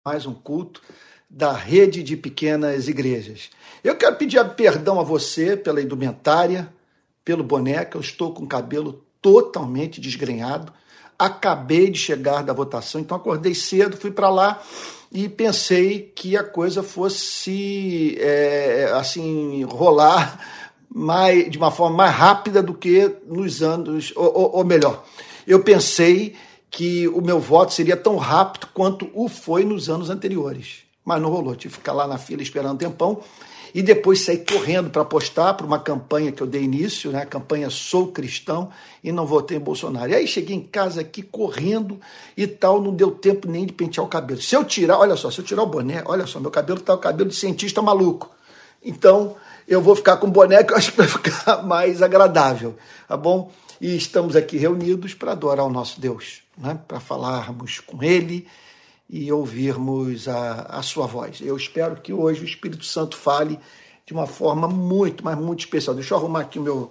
mais um culto da rede de pequenas igrejas. Eu quero pedir perdão a você pela indumentária, pelo boné, que eu estou com o cabelo totalmente desgrenhado. Acabei de chegar da votação, então acordei cedo, fui para lá e pensei que a coisa fosse rolar de uma forma mais rápida do que nos anos, ou melhor, eu pensei que o meu voto seria tão rápido quanto o foi nos anos anteriores. Mas não rolou, tive que ficar lá na fila esperando um tempão e depois saí correndo para apostar para uma campanha que eu dei início, né? A campanha Sou Cristão, e não votei em Bolsonaro. E aí cheguei em casa aqui correndo e tal, não deu tempo nem de pentear o cabelo. Se eu tirar o boné, olha só, meu cabelo tá o cabelo de cientista maluco. Então, eu vou ficar com o boné, que eu acho que vai ficar mais agradável, tá bom? E estamos aqui reunidos para adorar o nosso Deus, né? Para falarmos com Ele e ouvirmos a sua voz. Eu espero que hoje o Espírito Santo fale de uma forma muito, mas muito especial. Deixa eu arrumar aqui o meu...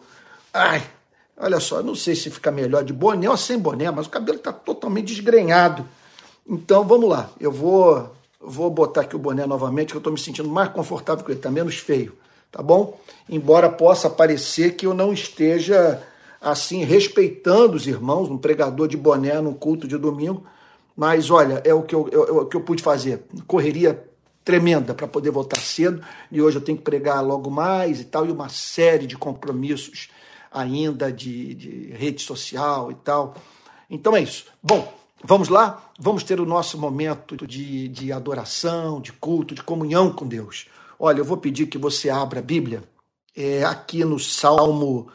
Olha só, não sei se fica melhor de boné ou sem boné, mas o cabelo está totalmente desgrenhado. Então, vamos lá. Eu vou botar aqui o boné novamente, que eu estou me sentindo mais confortável com ele, está menos feio, tá bom? Embora possa parecer que eu não esteja, assim, respeitando os irmãos, um pregador de boné no culto de domingo, mas, olha, é o que eu pude fazer. Correria tremenda para poder voltar cedo, e hoje eu tenho que pregar logo mais e tal, e uma série de compromissos ainda de rede social e tal. Então é isso. Bom, vamos lá? Vamos ter o nosso momento de adoração, de culto, de comunhão com Deus. Olha, eu vou pedir que você abra a Bíblia aqui no Salmo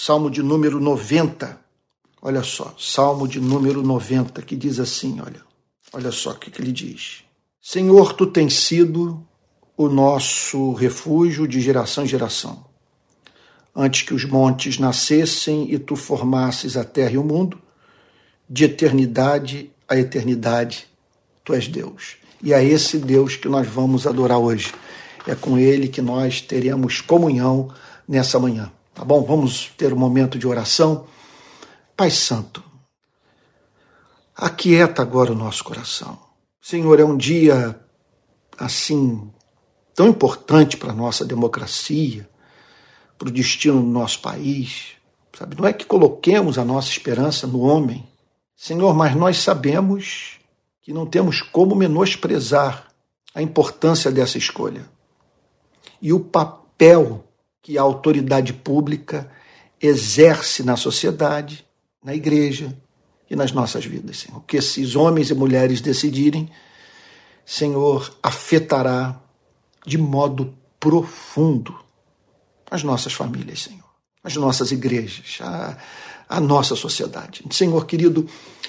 de número 90. Olha só, Salmo de número 90, que diz assim, olha só o que ele diz. Senhor, Tu tens sido o nosso refúgio de geração em geração. Antes que os montes nascessem e Tu formasses a terra e o mundo, de eternidade a eternidade, Tu és Deus. E é esse Deus que nós vamos adorar hoje. É com Ele que nós teremos comunhão nessa manhã. Tá bom? Vamos ter um momento de oração. Pai Santo, aquieta agora o nosso coração. Senhor, é um dia, assim, tão importante para a nossa democracia, para o destino do nosso país, sabe? Não é que coloquemos a nossa esperança no homem, Senhor, mas nós sabemos que não temos como menosprezar a importância dessa escolha e o papel que a autoridade pública exerce na sociedade, na igreja e nas nossas vidas, Senhor. O que esses homens e mulheres decidirem, Senhor, afetará de modo profundo as nossas famílias, Senhor, as nossas igrejas, a nossa sociedade. Senhor querido,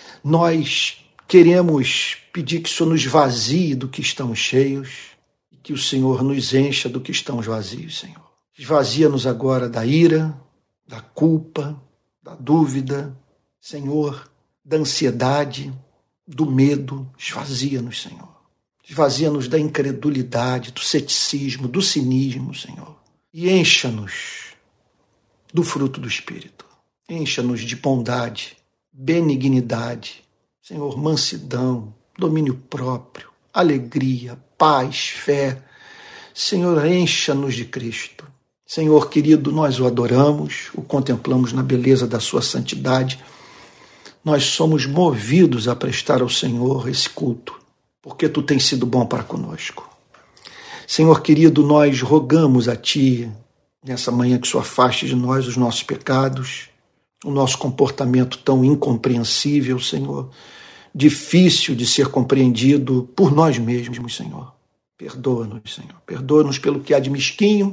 nós queremos pedir que o Senhor nos vazie do que estamos cheios e que o Senhor nos encha do que estamos vazios, Senhor. Esvazia-nos agora da ira, da culpa, da dúvida, Senhor, da ansiedade, do medo. Esvazia-nos, Senhor. Esvazia-nos da incredulidade, do ceticismo, do cinismo, Senhor. E encha-nos do fruto do Espírito. Encha-nos de bondade, benignidade, Senhor, mansidão, domínio próprio, alegria, paz, fé. Senhor, encha-nos de Cristo. Senhor querido, nós o adoramos, o contemplamos na beleza da sua santidade. Nós somos movidos a prestar ao Senhor esse culto, porque Tu tens sido bom para conosco. Senhor querido, nós rogamos a Ti, nessa manhã, que o Senhor afaste de nós os nossos pecados, o nosso comportamento tão incompreensível, Senhor, difícil de ser compreendido por nós mesmos, Senhor. Perdoa-nos, Senhor. Perdoa-nos pelo que há de mesquinho,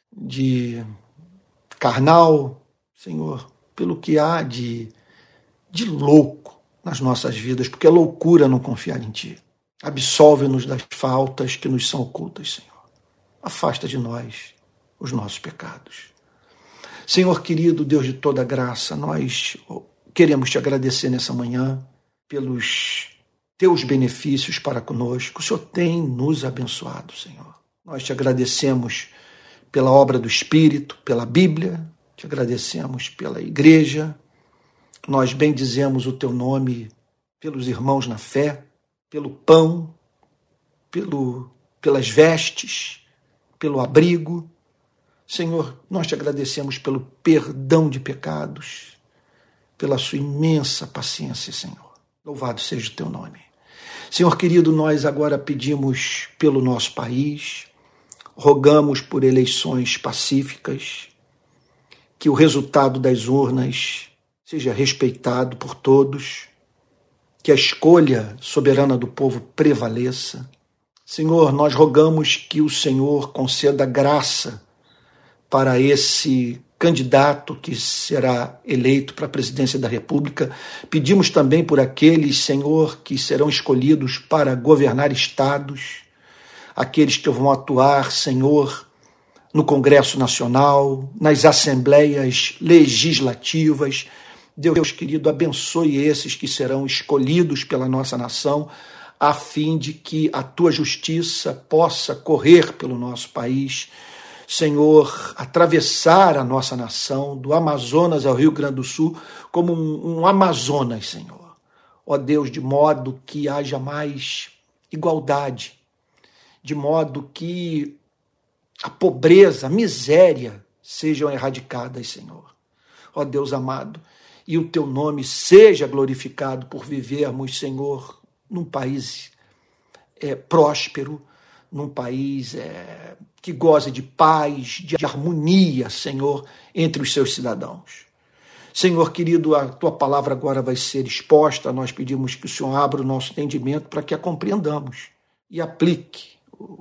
de carnal, Senhor, pelo que há de louco nas nossas vidas, porque é loucura não confiar em Ti. Absolve-nos das faltas que nos são ocultas, Senhor. Afasta de nós os nossos pecados. Senhor querido, Deus de toda graça, nós queremos Te agradecer nessa manhã pelos Teus benefícios para conosco. O Senhor tem nos abençoado, Senhor. Nós Te agradecemos pela obra do Espírito, pela Bíblia, Te agradecemos pela igreja. Nós bendizemos o Teu nome pelos irmãos na fé, pelo pão pelas vestes, pelo abrigo. Senhor, nós te agradecemos pelo perdão de pecados, pela sua imensa paciência, Senhor. Louvado seja o teu nome. Senhor querido, nós agora pedimos pelo nosso país, rogamos por eleições pacíficas, que o resultado das urnas seja respeitado por todos, que a escolha soberana do povo prevaleça. Senhor, nós rogamos que o Senhor conceda graça para esse candidato que será eleito para a presidência da República. Pedimos também por aqueles, Senhor, que serão escolhidos para governar estados, aqueles que vão atuar, Senhor, no Congresso Nacional, nas assembleias legislativas. Deus querido, abençoe esses que serão escolhidos pela nossa nação, a fim de que a tua justiça possa correr pelo nosso país, Senhor, atravessar a nossa nação, do Amazonas ao Rio Grande do Sul, como um Amazonas, Senhor. Ó Deus, de modo que haja mais igualdade, de modo que a pobreza, a miséria sejam erradicadas, Senhor. Ó Deus amado, e o teu nome seja glorificado por vivermos, Senhor, num país próspero, num país que goze de paz, de harmonia, Senhor, entre os seus cidadãos. Senhor querido, a tua palavra agora vai ser exposta, nós pedimos que o Senhor abra o nosso entendimento para que a compreendamos e aplique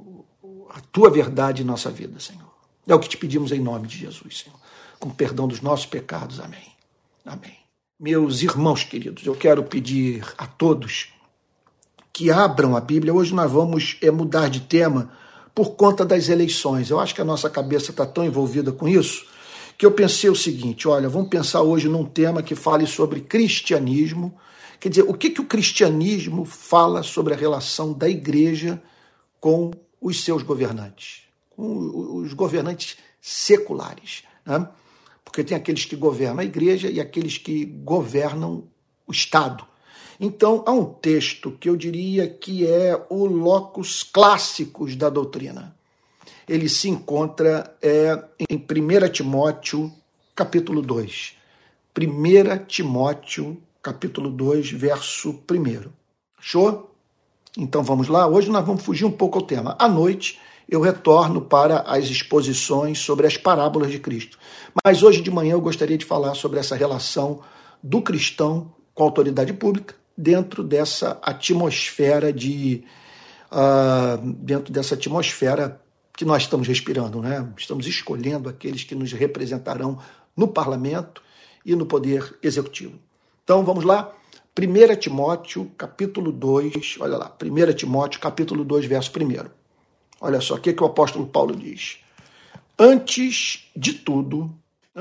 a tua verdade em nossa vida, Senhor. É o que te pedimos em nome de Jesus, Senhor, com perdão dos nossos pecados. Amém. Amém. Meus irmãos queridos, eu quero pedir a todos que abram a Bíblia. Hoje nós vamos mudar de tema por conta das eleições. Eu acho que a nossa cabeça está tão envolvida com isso que eu pensei o seguinte, olha, vamos pensar hoje num tema que fale sobre cristianismo. Quer dizer, o que o cristianismo fala sobre a relação da igreja com os seus governantes, com os governantes seculares, né? Porque tem aqueles que governam a igreja e aqueles que governam o Estado. Então, há um texto que eu diria que é o locus classicus da doutrina. Ele se encontra em 1 Timóteo, capítulo 2. 1 Timóteo, capítulo 2, verso 1. Achou? Então vamos lá. Hoje nós vamos fugir um pouco ao tema. À noite eu retorno para as exposições sobre as parábolas de Cristo. Mas hoje de manhã eu gostaria de falar sobre essa relação do cristão com a autoridade pública, dentro dessa atmosfera que nós estamos respirando, né? Estamos escolhendo aqueles que nos representarão no parlamento e no poder executivo. Então vamos lá, 1 Timóteo, capítulo 2, olha lá, 1 Timóteo, capítulo 2, verso 1. Olha só, o que o apóstolo Paulo diz. Antes de tudo,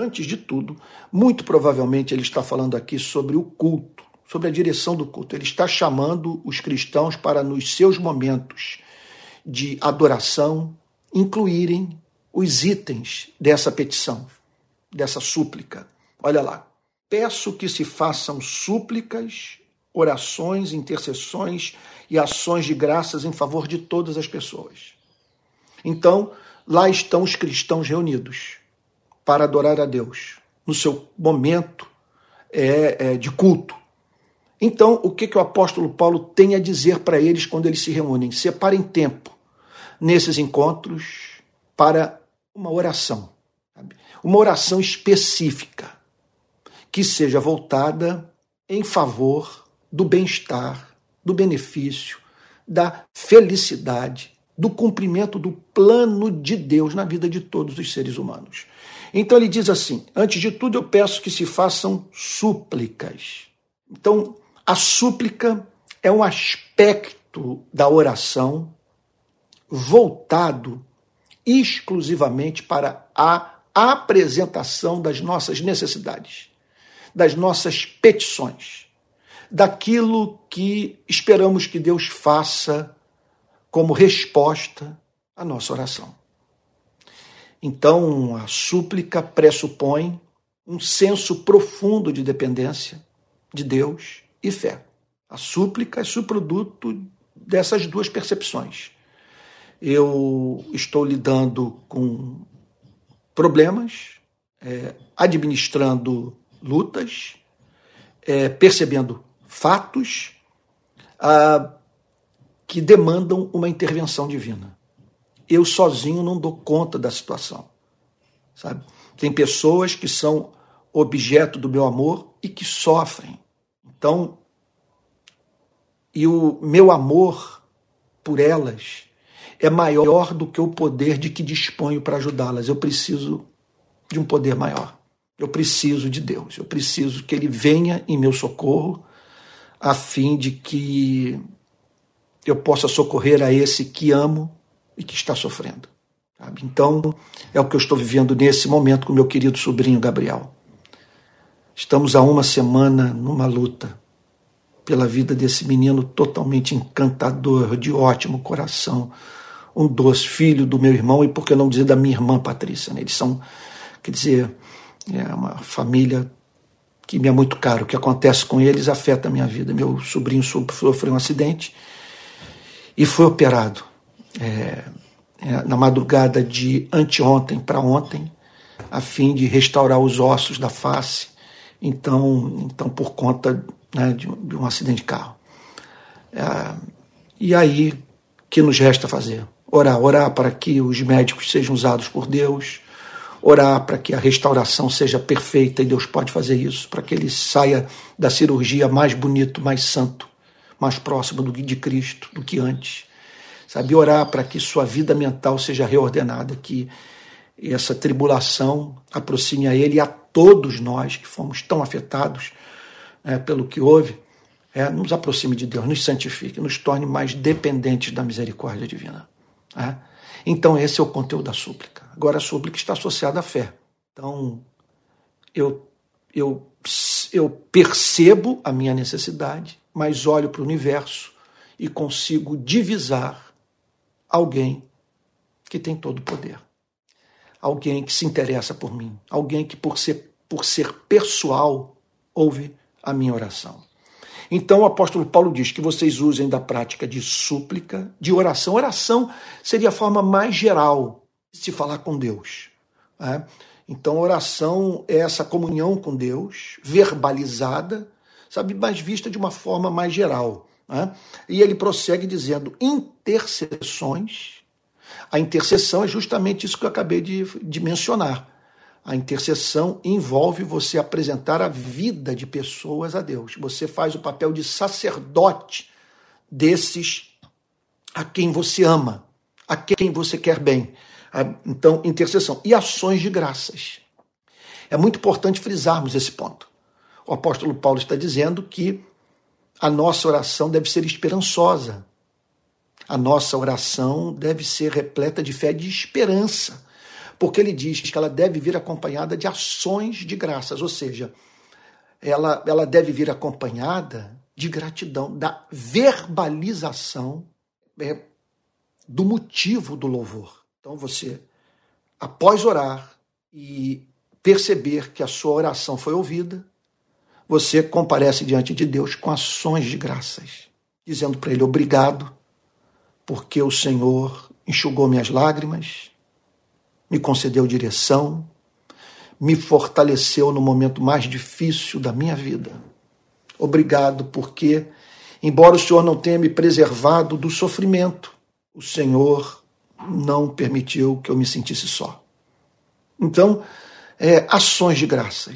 muito provavelmente ele está falando aqui sobre o culto, sobre a direção do culto. Ele está chamando os cristãos para, nos seus momentos de adoração, incluírem os itens dessa petição, dessa súplica. Olha lá. Peço que se façam súplicas, orações, intercessões e ações de graças em favor de todas as pessoas. Então, lá estão os cristãos reunidos para adorar a Deus, no seu momento de culto. Então, o que o apóstolo Paulo tem a dizer para eles quando eles se reúnem? Separem tempo nesses encontros para uma oração. Sabe? Uma oração específica, que seja voltada em favor do bem-estar, do benefício, da felicidade, do cumprimento do plano de Deus na vida de todos os seres humanos. Então ele diz assim, antes de tudo eu peço que se façam súplicas. Então, a súplica é um aspecto da oração voltado exclusivamente para a apresentação das nossas necessidades, das nossas petições, daquilo que esperamos que Deus faça como resposta à nossa oração. Então, a súplica pressupõe um senso profundo de dependência de Deus e fé. A súplica é subproduto dessas duas percepções, eu estou lidando com problemas, administrando lutas, percebendo fatos que demandam uma intervenção divina. Eu sozinho não dou conta da situação, sabe? Tem pessoas que são objeto do meu amor e que sofrem. Então, e o meu amor por elas é maior do que o poder de que disponho para ajudá-las. Eu preciso de um poder maior. Eu preciso de Deus. Eu preciso que Ele venha em meu socorro, a fim de que eu possa socorrer a esse que amo e que está sofrendo. Sabe? Então, é o que eu estou vivendo nesse momento com meu querido sobrinho Gabriel. Estamos há uma semana numa luta pela vida desse menino totalmente encantador, de ótimo coração, um doce filho do meu irmão e, por que não dizer, da minha irmã Patrícia. Né? Eles são, quer dizer, é uma família que me é muito caro. O que acontece com eles afeta a minha vida. Meu sobrinho sofreu um acidente e foi operado na madrugada de anteontem para ontem, a fim de restaurar os ossos da face. Então por conta, né, de um acidente de carro. E aí, o que nos resta fazer? Orar para que os médicos sejam usados por Deus, orar para que a restauração seja perfeita, e Deus pode fazer isso, para que ele saia da cirurgia mais bonito, mais santo, mais próximo de Cristo do que antes. Sabe? Orar para que sua vida mental seja reordenada, que essa tribulação aproxime a ele e a todos nós que fomos tão afetados pelo que houve, nos aproxime de Deus, nos santifique, nos torne mais dependentes da misericórdia divina. Então esse é o conteúdo da súplica. Agora a súplica está associada à fé. Então eu percebo a minha necessidade, mas olho para o universo e consigo divisar alguém que tem todo o poder. Alguém que se interessa por mim. Alguém que, por ser pessoal, ouve a minha oração. Então o apóstolo Paulo diz que vocês usem da prática de súplica, de oração. Oração seria a forma mais geral de se falar com Deus. Então oração é essa comunhão com Deus, verbalizada, sabe, mas vista de uma forma mais geral. E ele prossegue dizendo intercessões. A intercessão é justamente isso que eu acabei de mencionar. A intercessão envolve você apresentar a vida de pessoas a Deus. Você faz o papel de sacerdote desses a quem você ama, a quem você quer bem. Então, intercessão. E ações de graças. É muito importante frisarmos esse ponto. O apóstolo Paulo está dizendo que a nossa oração deve ser esperançosa. A nossa oração deve ser repleta de fé e de esperança, porque ele diz que ela deve vir acompanhada de ações de graças, ou seja, ela deve vir acompanhada de gratidão, da verbalização do motivo do louvor. Então você, após orar e perceber que a sua oração foi ouvida, você comparece diante de Deus com ações de graças, dizendo para ele obrigado, porque o Senhor enxugou minhas lágrimas, me concedeu direção, me fortaleceu no momento mais difícil da minha vida. Obrigado porque, embora o Senhor não tenha me preservado do sofrimento, o Senhor não permitiu que eu me sentisse só. Então, ações de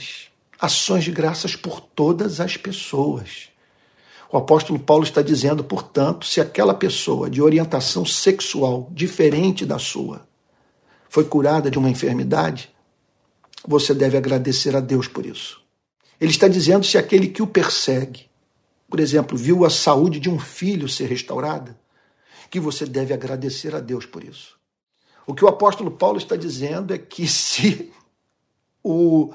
graças por todas as pessoas. O apóstolo Paulo está dizendo, portanto, se aquela pessoa de orientação sexual diferente da sua foi curada de uma enfermidade, você deve agradecer a Deus por isso. Ele está dizendo se aquele que o persegue, por exemplo, viu a saúde de um filho ser restaurada, que você deve agradecer a Deus por isso. O que o apóstolo Paulo está dizendo é que se o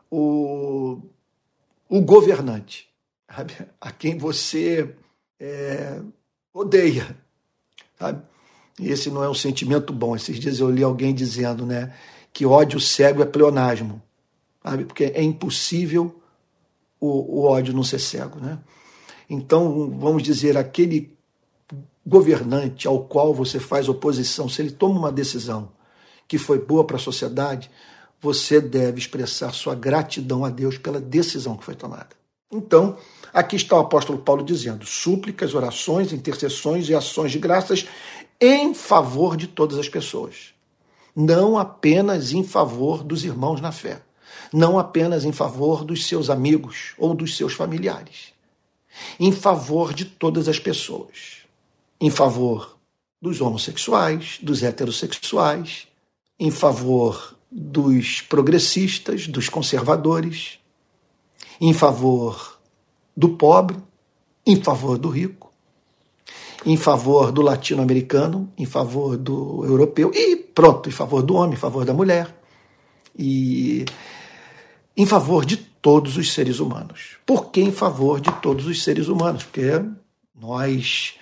governante, sabe, a quem você odeia, sabe? Esse não é um sentimento bom. Esses dias eu li alguém dizendo, né, que ódio cego é pleonasmo, sabe? Porque é impossível o ódio não ser cego, né? Então, vamos dizer, aquele governante ao qual você faz oposição, se ele toma uma decisão que foi boa para a sociedade, você deve expressar sua gratidão a Deus pela decisão que foi tomada. Então, aqui está o apóstolo Paulo dizendo: súplicas, orações, intercessões e ações de graças em favor de todas as pessoas. Não apenas em favor dos irmãos na fé. Não apenas em favor dos seus amigos ou dos seus familiares. Em favor de todas as pessoas. Em favor dos homossexuais, dos heterossexuais, em favor dos progressistas, dos conservadores, em favor do pobre, em favor do rico, em favor do latino-americano, em favor do europeu e pronto, em favor do homem, em favor da mulher e em favor de todos os seres humanos. Por que em favor de todos os seres humanos? Porque nós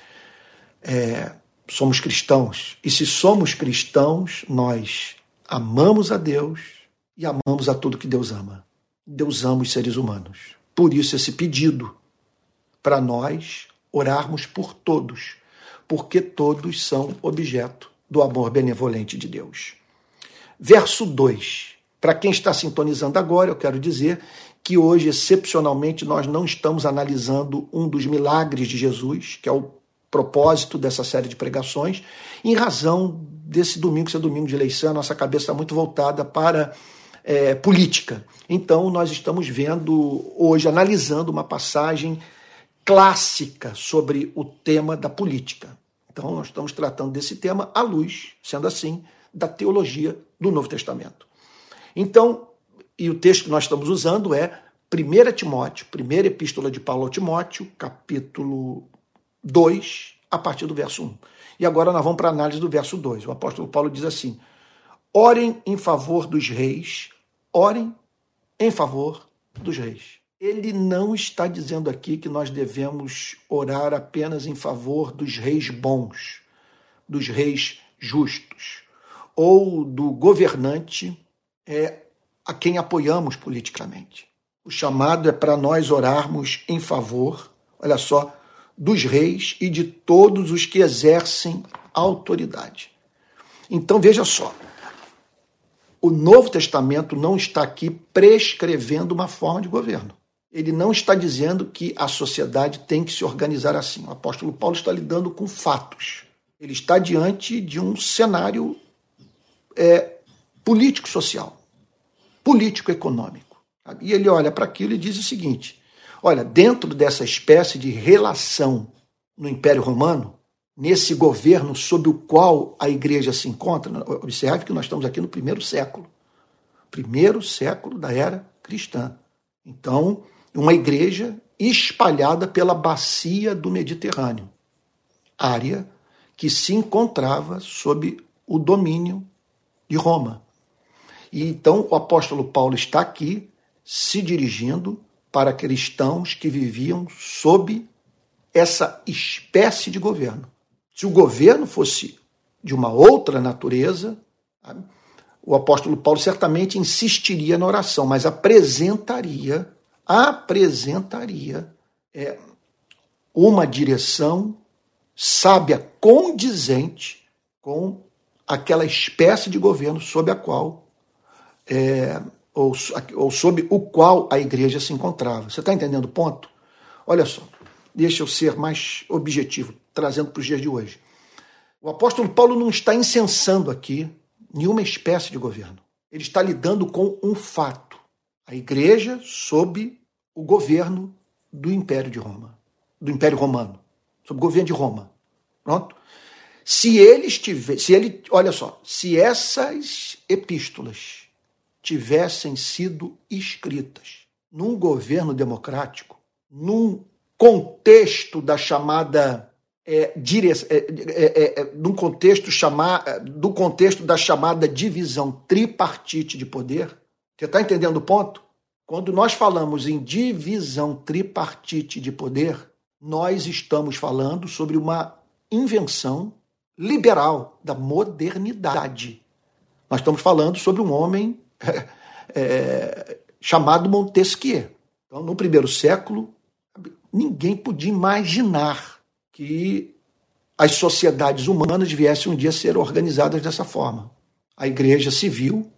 somos cristãos e se somos cristãos, nós amamos a Deus e amamos a tudo que Deus ama. Deus ama os seres humanos. Por isso esse pedido para nós orarmos por todos, porque todos são objeto do amor benevolente de Deus. Verso 2. Para quem está sintonizando agora, eu quero dizer que hoje, excepcionalmente, nós não estamos analisando um dos milagres de Jesus, que é o propósito dessa série de pregações, em razão desse domingo ser domingo de eleição, a nossa cabeça está muito voltada para política. Então, nós estamos vendo hoje, analisando uma passagem clássica sobre o tema da política. Então, nós estamos tratando desse tema à luz, sendo assim, da teologia do Novo Testamento. Então, e o texto que nós estamos usando é 1 Timóteo, primeira epístola de Paulo a Timóteo, capítulo 2, a partir do verso 1. E agora nós vamos para a análise do verso 2. O apóstolo Paulo diz assim: orem em favor dos reis, orem em favor dos reis. Ele não está dizendo aqui que nós devemos orar apenas em favor dos reis bons, dos reis justos, ou do governante a quem apoiamos politicamente. O chamado é para nós orarmos em favor, olha só, dos reis e de todos os que exercem autoridade. Então, veja só, o Novo Testamento não está aqui prescrevendo uma forma de governo. Ele não está dizendo que a sociedade tem que se organizar assim. O apóstolo Paulo está lidando com fatos. Ele está diante de um cenário político-social, político-econômico. E ele olha para aquilo e diz o seguinte: olha, dentro dessa espécie de relação no Império Romano, nesse governo sob o qual a igreja se encontra, observe que nós estamos aqui no primeiro século da era cristã. Então, uma igreja espalhada pela bacia do Mediterrâneo, área que se encontrava sob o domínio de Roma. E então o apóstolo Paulo está aqui se dirigindo para cristãos que viviam sob essa espécie de governo. Se o governo fosse de uma outra natureza, o apóstolo Paulo certamente insistiria na oração, mas apresentaria uma direção sábia, condizente com aquela espécie de governo sob a qual ou sob o qual a igreja se encontrava. Você está entendendo o ponto? Olha só, deixa eu ser mais objetivo, trazendo para os dias de hoje. O apóstolo Paulo não está incensando aqui nenhuma espécie de governo. Ele está lidando com um fato. A igreja sob o governo do Império de Roma, do Império Romano, sob o governo de Roma. Pronto? Se essas epístolas tivessem sido escritas num governo democrático, num contexto da chamada do contexto da chamada divisão tripartite de poder. Você está entendendo o ponto? Quando nós falamos em divisão tripartite de poder, nós estamos falando sobre uma invenção liberal da modernidade. Nós estamos falando sobre um homem chamado Montesquieu. Então, no primeiro século, ninguém podia imaginar que as sociedades humanas viessem um dia a ser organizadas dessa forma. A igreja civil,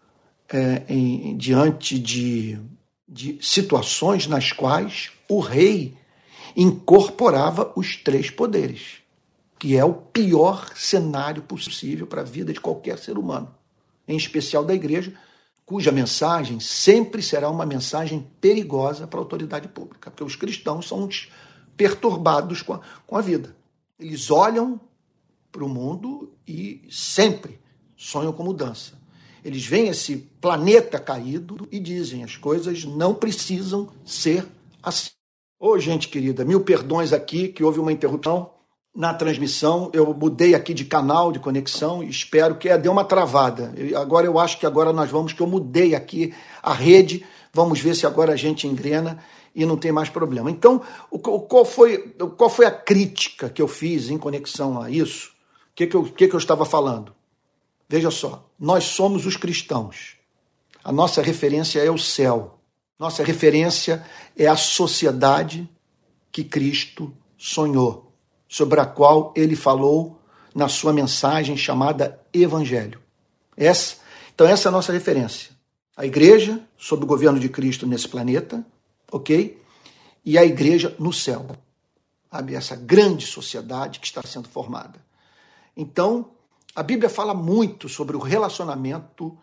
diante de situações nas quais o rei incorporava os três poderes, que é o pior cenário possível para a vida de qualquer ser humano, em especial da igreja, cuja mensagem sempre será uma mensagem perigosa para a autoridade pública, porque os cristãos são uns perturbados com a vida. Eles olham para o mundo e sempre sonham com mudança. Eles veem esse planeta caído e dizem: as coisas não precisam ser assim. Ô, gente querida, mil perdões aqui, que houve uma interrupção na transmissão. Eu mudei aqui de canal de conexão e espero que deu uma travada. Agora eu acho que eu mudei aqui a rede. Vamos ver se agora a gente engrena e não tem mais problema. Então, qual foi a crítica que eu fiz em conexão a isso? O que eu estava falando? Veja só, nós somos os cristãos. A nossa referência é o céu. Nossa referência é a sociedade que Cristo sonhou, sobre a qual ele falou na sua mensagem chamada Evangelho. Então essa é a nossa referência. A igreja, sob o governo de Cristo nesse planeta, ok? E a igreja no céu. Sabe? Essa grande sociedade que está sendo formada. Então, a Bíblia fala muito sobre o relacionamento.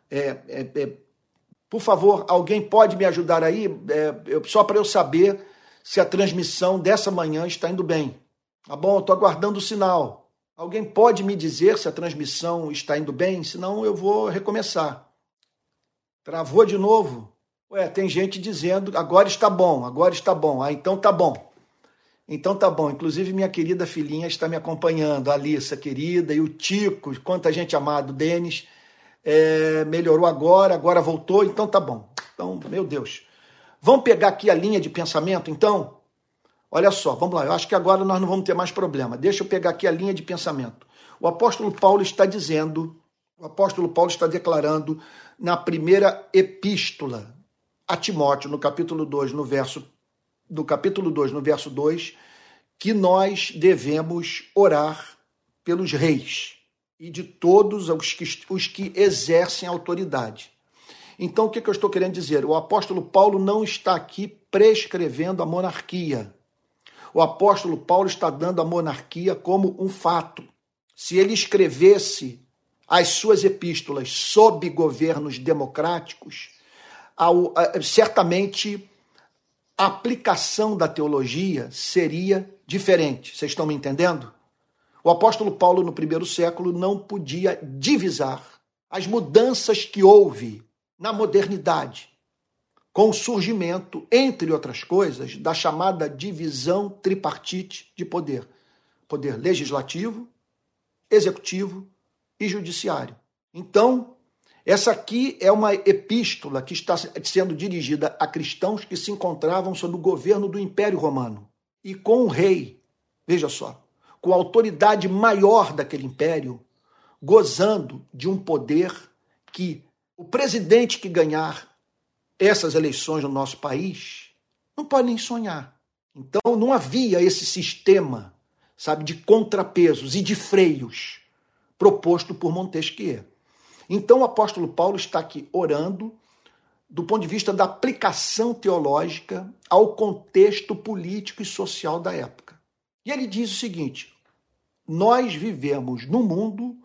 Por favor, alguém pode me ajudar aí? Só para eu saber se a transmissão dessa manhã está indo bem. Tá bom? Eu estou aguardando o sinal. Alguém pode me dizer se a transmissão está indo bem? Senão eu vou recomeçar. Travou de novo? Tem gente dizendo: agora está bom, agora está bom. Então tá bom. Então tá bom. Inclusive minha querida filhinha está me acompanhando, a Alissa querida, e o Tico, quanta gente amada, o Denis, melhorou agora voltou, então tá bom. Então, meu Deus. Vamos pegar aqui a linha de pensamento, então? Olha só, vamos lá. Eu acho que agora nós não vamos ter mais problema. Deixa eu pegar aqui a linha de pensamento. O apóstolo Paulo está declarando na primeira epístola a Timóteo, no capítulo 2, no verso 2, que nós devemos orar pelos reis e de todos os que exercem autoridade. Então, o que eu estou querendo dizer? O apóstolo Paulo não está aqui prescrevendo a monarquia. O apóstolo Paulo está dando a monarquia como um fato. Se ele escrevesse as suas epístolas sob governos democráticos, certamente a aplicação da teologia seria diferente. Vocês estão me entendendo? O apóstolo Paulo, no primeiro século, não podia divisar as mudanças que houve na modernidade, com o surgimento, entre outras coisas, da chamada divisão tripartite de poder. Poder legislativo, executivo e judiciário. Então, essa aqui é uma epístola que está sendo dirigida a cristãos que se encontravam sob o governo do Império Romano. E com o rei, veja só, com a autoridade maior daquele império, gozando de um poder que o presidente que ganhar essas eleições no nosso país não pode nem sonhar. Então não havia esse sistema, sabe, de contrapesos e de freios proposto por Montesquieu. Então o apóstolo Paulo está aqui orando do ponto de vista da aplicação teológica ao contexto político e social da época. E ele diz o seguinte: nós vivemos num mundo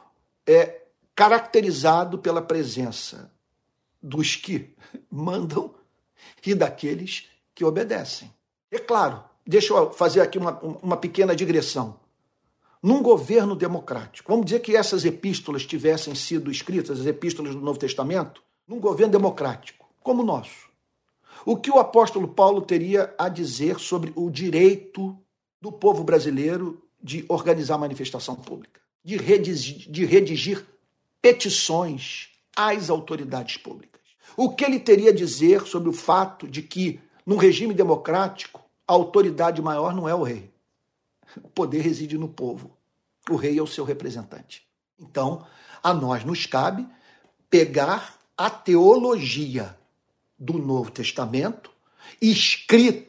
caracterizado pela presença dos que mandam e daqueles que obedecem. É claro, deixa eu fazer aqui uma pequena digressão. Num governo democrático, vamos dizer que essas epístolas tivessem sido escritas, as epístolas do Novo Testamento, num governo democrático, como o nosso. O que o apóstolo Paulo teria a dizer sobre o direito do povo brasileiro de organizar manifestação pública, de redigir petições às autoridades públicas? O que ele teria a dizer sobre o fato de que, num regime democrático, a autoridade maior não é o rei? O poder reside no povo. O rei é o seu representante. Então, a nós nos cabe pegar a teologia do Novo Testamento, escrita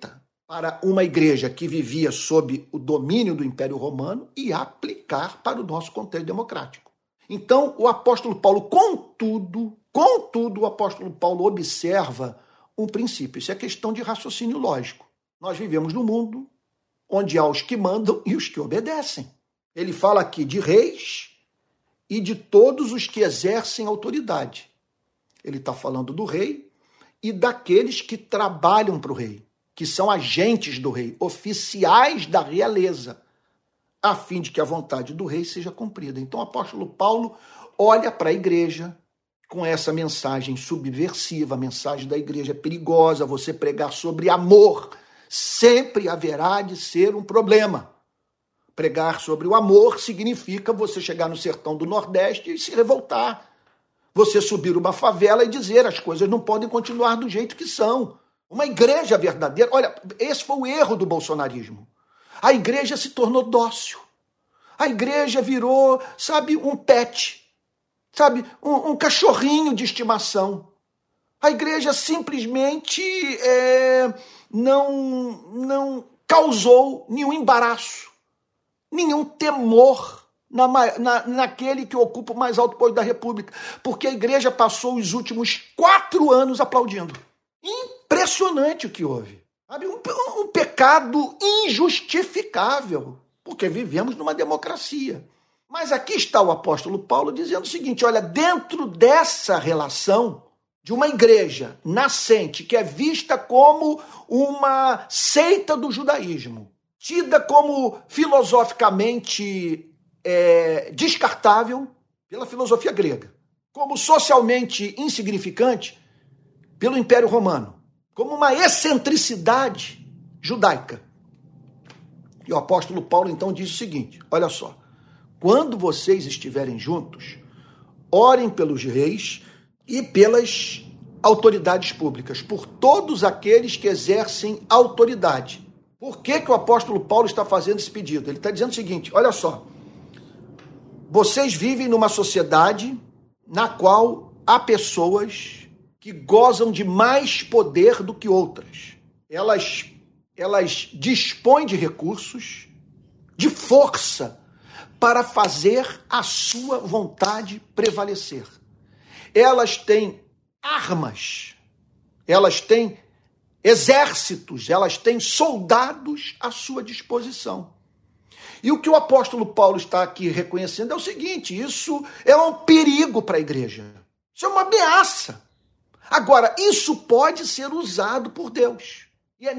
para uma igreja que vivia sob o domínio do Império Romano e aplicar para o nosso contexto democrático. Então, o apóstolo Paulo, contudo, o apóstolo Paulo observa um princípio. Isso é questão de raciocínio lógico. Nós vivemos num mundo onde há os que mandam e os que obedecem. Ele fala aqui de reis e de todos os que exercem autoridade. Ele está falando do rei e daqueles que trabalham para o rei, que são agentes do rei, oficiais da realeza, a fim de que a vontade do rei seja cumprida. Então o apóstolo Paulo olha para a igreja com essa mensagem subversiva, a mensagem da igreja é perigosa, você pregar sobre amor sempre haverá de ser um problema. Pregar sobre o amor significa você chegar no sertão do Nordeste e se revoltar. Você subir uma favela e dizer as coisas não podem continuar do jeito que são. Uma igreja verdadeira... Olha, esse foi o erro do bolsonarismo. A igreja se tornou dócil. A igreja virou, sabe, um pet. Sabe, um cachorrinho de estimação. A igreja simplesmente não causou nenhum embaraço, nenhum temor naquele que ocupa o mais alto posto da República, porque a igreja passou os últimos 4 anos aplaudindo. Impressionante o que houve. Sabe? Um pecado injustificável, porque vivemos numa democracia. Mas aqui está o apóstolo Paulo dizendo o seguinte, olha, dentro dessa relação de uma igreja nascente, que é vista como uma seita do judaísmo, tida como filosoficamente descartável pela filosofia grega, como socialmente insignificante pelo Império Romano, como uma excentricidade judaica. E o apóstolo Paulo então diz o seguinte, olha só, quando vocês estiverem juntos, orem pelos reis e pelas autoridades públicas, por todos aqueles que exercem autoridade. Por que o apóstolo Paulo está fazendo esse pedido? Ele está dizendo o seguinte, olha só, vocês vivem numa sociedade na qual há pessoas que gozam de mais poder do que outras. Elas dispõem de recursos, de força, para fazer a sua vontade prevalecer. Elas têm armas, elas têm exércitos, elas têm soldados à sua disposição. E o que o apóstolo Paulo está aqui reconhecendo é o seguinte, isso é um perigo para a igreja, isso é uma ameaça. Agora, isso pode ser usado por Deus. E é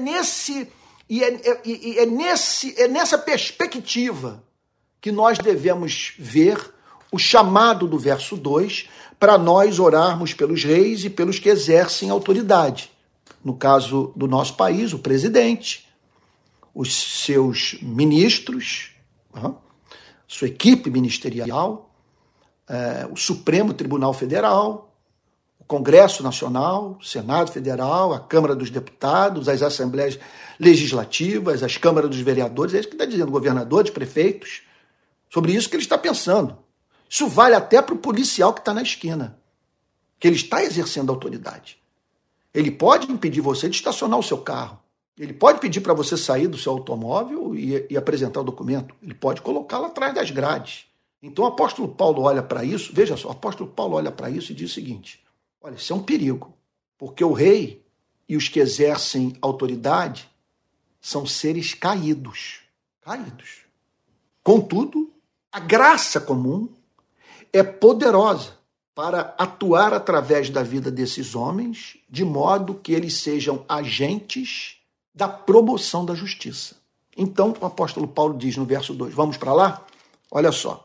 nessa perspectiva que nós devemos ver o chamado do verso 2 para nós orarmos pelos reis e pelos que exercem autoridade. No caso do nosso país, o presidente, os seus ministros, sua equipe ministerial, o Supremo Tribunal Federal, o Congresso Nacional, o Senado Federal, a Câmara dos Deputados, as Assembleias Legislativas, as Câmaras dos Vereadores, é isso que está dizendo, governadores, prefeitos, sobre isso que ele está pensando. Isso vale até para o policial que está na esquina, que ele está exercendo autoridade. Ele pode impedir você de estacionar o seu carro. Ele pode pedir para você sair do seu automóvel e apresentar o documento. Ele pode colocá-lo atrás das grades. Então o apóstolo Paulo olha para isso, veja só, o apóstolo Paulo olha para isso e diz o seguinte, olha, isso é um perigo, porque o rei e os que exercem autoridade são seres caídos. Caídos. Contudo, a graça comum é poderosa para atuar através da vida desses homens, de modo que eles sejam agentes da promoção da justiça. Então, o apóstolo Paulo diz no verso 2, vamos para lá? Olha só,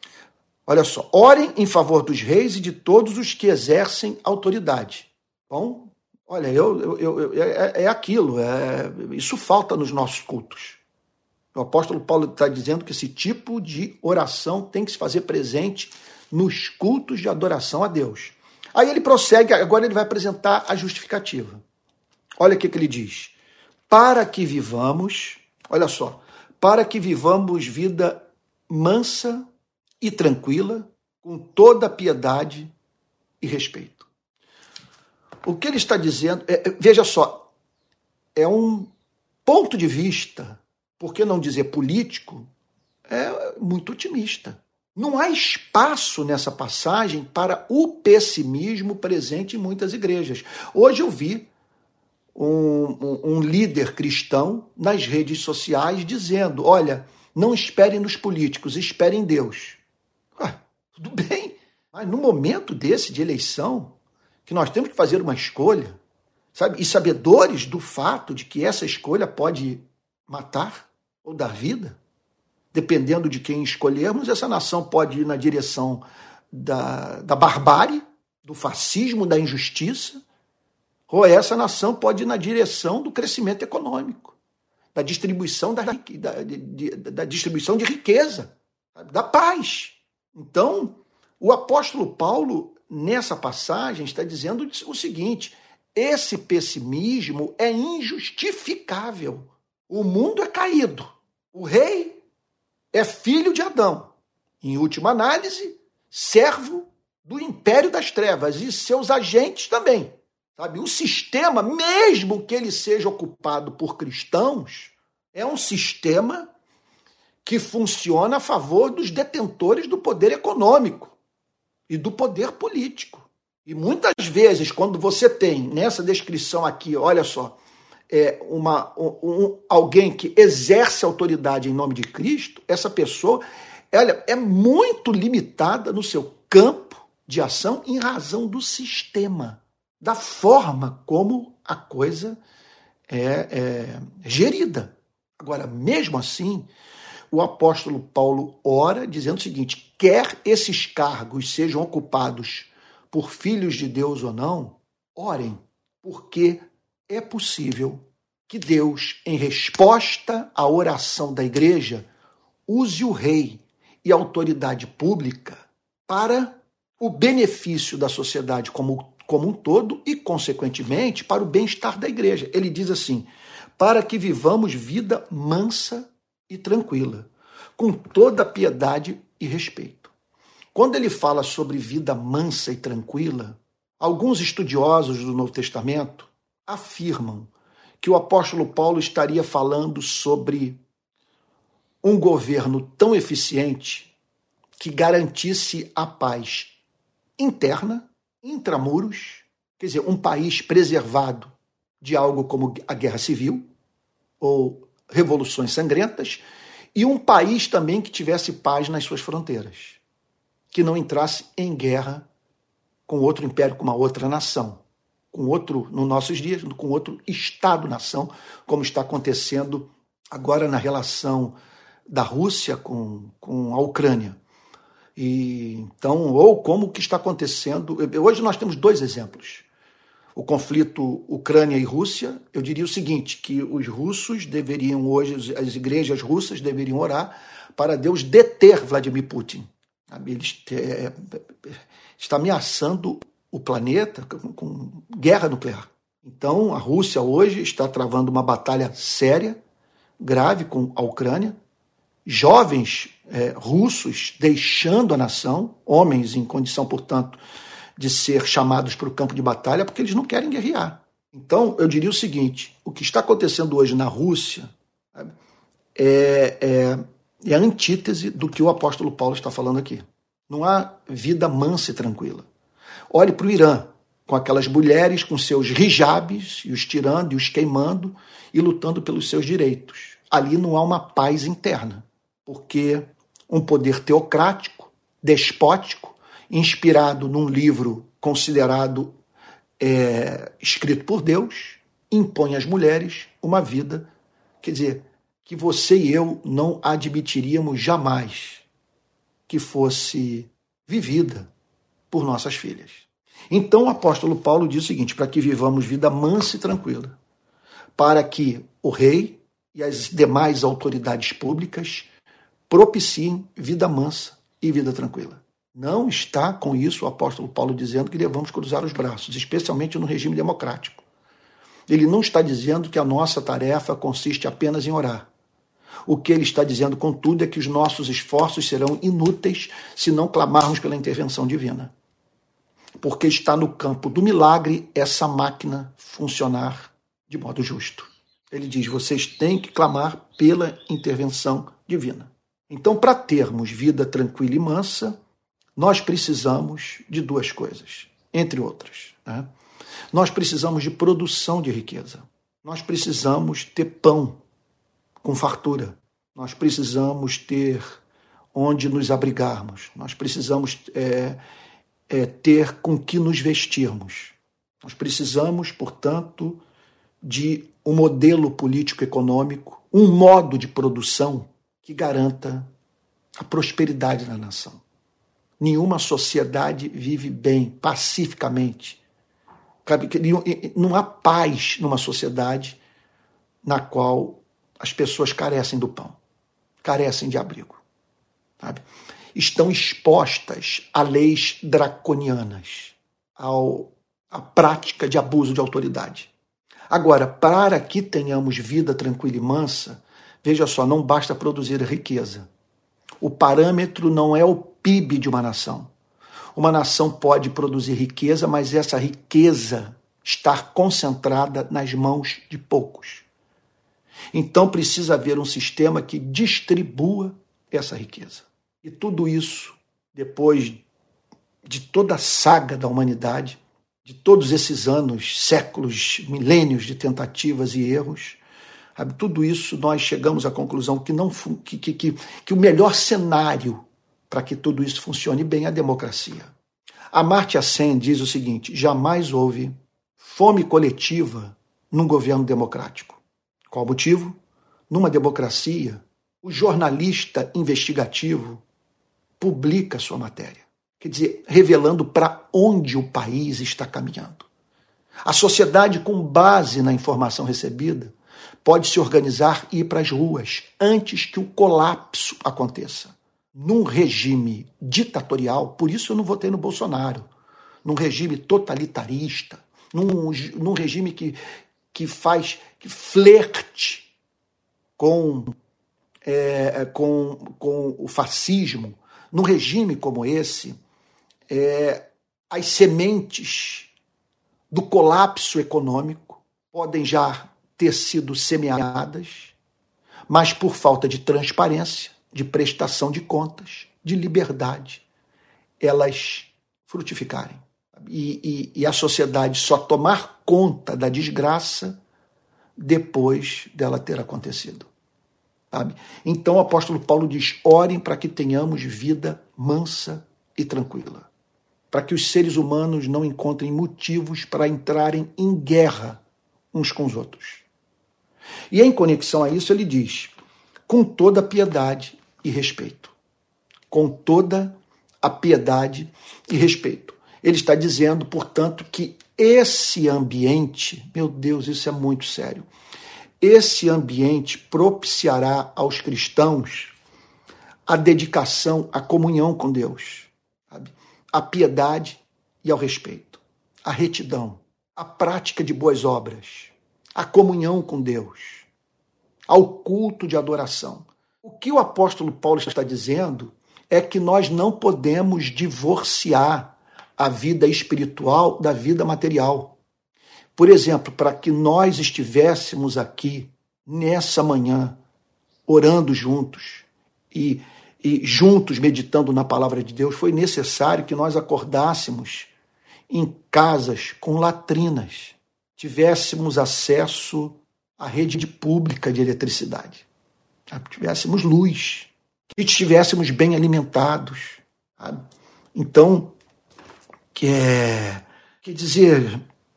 orem em favor dos reis e de todos os que exercem autoridade. Bom, olha, é aquilo, isso falta nos nossos cultos. O apóstolo Paulo está dizendo que esse tipo de oração tem que se fazer presente nos cultos de adoração a Deus. Aí ele prossegue, agora ele vai apresentar a justificativa. Olha o que ele diz. Para que vivamos, olha só, para que vivamos vida mansa e tranquila, com toda piedade e respeito. O que ele está dizendo, veja só, é um ponto de vista, por que não dizer político, é muito otimista. Não há espaço nessa passagem para o pessimismo presente em muitas igrejas. Hoje eu vi um líder cristão nas redes sociais dizendo, olha, não esperem nos políticos, esperem em Deus. Tudo bem, mas no momento desse de eleição, que nós temos que fazer uma escolha, sabe? E sabedores do fato de que essa escolha pode matar ou dar vida, dependendo de quem escolhermos, essa nação pode ir na direção da barbárie, do fascismo, da injustiça, ou essa nação pode ir na direção do crescimento econômico, da distribuição da distribuição de riqueza, sabe? Da paz. Então, o apóstolo Paulo, nessa passagem, está dizendo o seguinte, esse pessimismo é injustificável. O mundo é caído. O rei é filho de Adão. Em última análise, servo do império das trevas e seus agentes também. Sabe? O sistema, mesmo que ele seja ocupado por cristãos, é um sistema que funciona a favor dos detentores do poder econômico e do poder político. E muitas vezes, quando você tem nessa descrição aqui, olha só, alguém que exerce autoridade em nome de Cristo, essa pessoa ela é muito limitada no seu campo de ação em razão do sistema, da forma como a coisa é gerida. Agora, mesmo assim, o apóstolo Paulo ora dizendo o seguinte, quer esses cargos sejam ocupados por filhos de Deus ou não, orem, porque é possível que Deus, em resposta à oração da igreja, use o rei e a autoridade pública para o benefício da sociedade como um todo e, consequentemente, para o bem-estar da igreja. Ele diz assim, para que vivamos vida mansa e tranquila, com toda piedade e respeito. Quando ele fala sobre vida mansa e tranquila, alguns estudiosos do Novo Testamento afirmam que o apóstolo Paulo estaria falando sobre um governo tão eficiente que garantisse a paz interna, intramuros, quer dizer, um país preservado de algo como a guerra civil ou revoluções sangrentas, e um país também que tivesse paz nas suas fronteiras, que não entrasse em guerra com outro império, com uma outra nação, com outro, nos nossos dias, com outro Estado-nação, como está acontecendo agora na relação da Rússia com a Ucrânia. E, então, ou como que está acontecendo... Hoje nós temos dois exemplos. O conflito Ucrânia e Rússia, eu diria o seguinte, que os russos deveriam hoje, as igrejas russas deveriam orar para Deus deter Vladimir Putin. Ele está ameaçando o planeta com guerra nuclear. Então, a Rússia hoje está travando uma batalha séria, grave com a Ucrânia. Jovens russos deixando a nação, homens em condição, portanto, de ser chamados para o campo de batalha, porque eles não querem guerrear. Então, eu diria o seguinte, o que está acontecendo hoje na Rússia é a antítese do que o apóstolo Paulo está falando aqui. Não há vida mansa e tranquila. Olhe para o Irã, com aquelas mulheres com seus hijabes, e os tirando e os queimando, e lutando pelos seus direitos. Ali não há uma paz interna, porque um poder teocrático, despótico, inspirado num livro considerado escrito por Deus, impõe às mulheres uma vida, quer dizer, que você e eu não admitiríamos jamais que fosse vivida por nossas filhas. Então o apóstolo Paulo diz o seguinte, para que vivamos vida mansa e tranquila, para que o rei e as demais autoridades públicas propiciem vida mansa e vida tranquila. Não está com isso o apóstolo Paulo dizendo que devamos cruzar os braços, especialmente no regime democrático. Ele não está dizendo que a nossa tarefa consiste apenas em orar. O que ele está dizendo, contudo, é que os nossos esforços serão inúteis se não clamarmos pela intervenção divina. Porque está no campo do milagre essa máquina funcionar de modo justo. Ele diz, vocês têm que clamar pela intervenção divina. Então, para termos vida tranquila e mansa, nós precisamos de duas coisas, entre outras, né? Nós precisamos de produção de riqueza. Nós precisamos ter pão com fartura. Nós precisamos ter onde nos abrigarmos. Nós precisamos ter com que nos vestirmos. Nós precisamos, portanto, de um modelo político-econômico, um modo de produção que garanta a prosperidade da nação. Nenhuma sociedade vive bem, pacificamente. Não há paz numa sociedade na qual as pessoas carecem do pão, carecem de abrigo, sabe? Estão expostas a leis draconianas, à prática de abuso de autoridade. Agora, para que tenhamos vida tranquila e mansa, veja só, não basta produzir riqueza. O parâmetro não é o PIB de uma nação. Uma nação pode produzir riqueza, mas essa riqueza está concentrada nas mãos de poucos. Então precisa haver um sistema que distribua essa riqueza. E tudo isso, depois de toda a saga da humanidade, de todos esses anos, séculos, milênios de tentativas e erros, tudo isso nós chegamos à conclusão que o melhor cenário para que tudo isso funcione bem é a democracia. Amartya Sen diz o seguinte, jamais houve fome coletiva num governo democrático. Qual o motivo? Numa democracia, o jornalista investigativo publica sua matéria. Quer dizer, revelando para onde o país está caminhando. A sociedade, com base na informação recebida, pode se organizar e ir para as ruas antes que o colapso aconteça. Num regime ditatorial, por isso eu não votei no Bolsonaro, num regime totalitarista, num regime que flerte com o fascismo, num regime como esse, as sementes do colapso econômico podem já ter sido semeadas, mas por falta de transparência, de prestação de contas, de liberdade, elas frutificarem. E a sociedade só tomar conta da desgraça depois dela ter acontecido. Sabe? Então o apóstolo Paulo diz, orem para que tenhamos vida mansa e tranquila, para que os seres humanos não encontrem motivos para entrarem em guerra uns com os outros. E em conexão a isso ele diz, com toda a piedade e respeito. Com toda a piedade e respeito. Ele está dizendo, portanto, que esse ambiente, meu Deus, isso é muito sério, esse ambiente propiciará aos cristãos a dedicação, a comunhão com Deus, sabe? A piedade e ao respeito, a retidão, a prática de boas obras, a comunhão com Deus, ao culto de adoração. O que o apóstolo Paulo está dizendo é que nós não podemos divorciar a vida espiritual da vida material. Por exemplo, para que nós estivéssemos aqui nessa manhã, orando juntos e juntos meditando na palavra de Deus, foi necessário que nós acordássemos em casas com latrinas, tivéssemos acesso à rede pública de eletricidade, tivéssemos luz, que estivéssemos bem alimentados. Sabe? Então, quer dizer,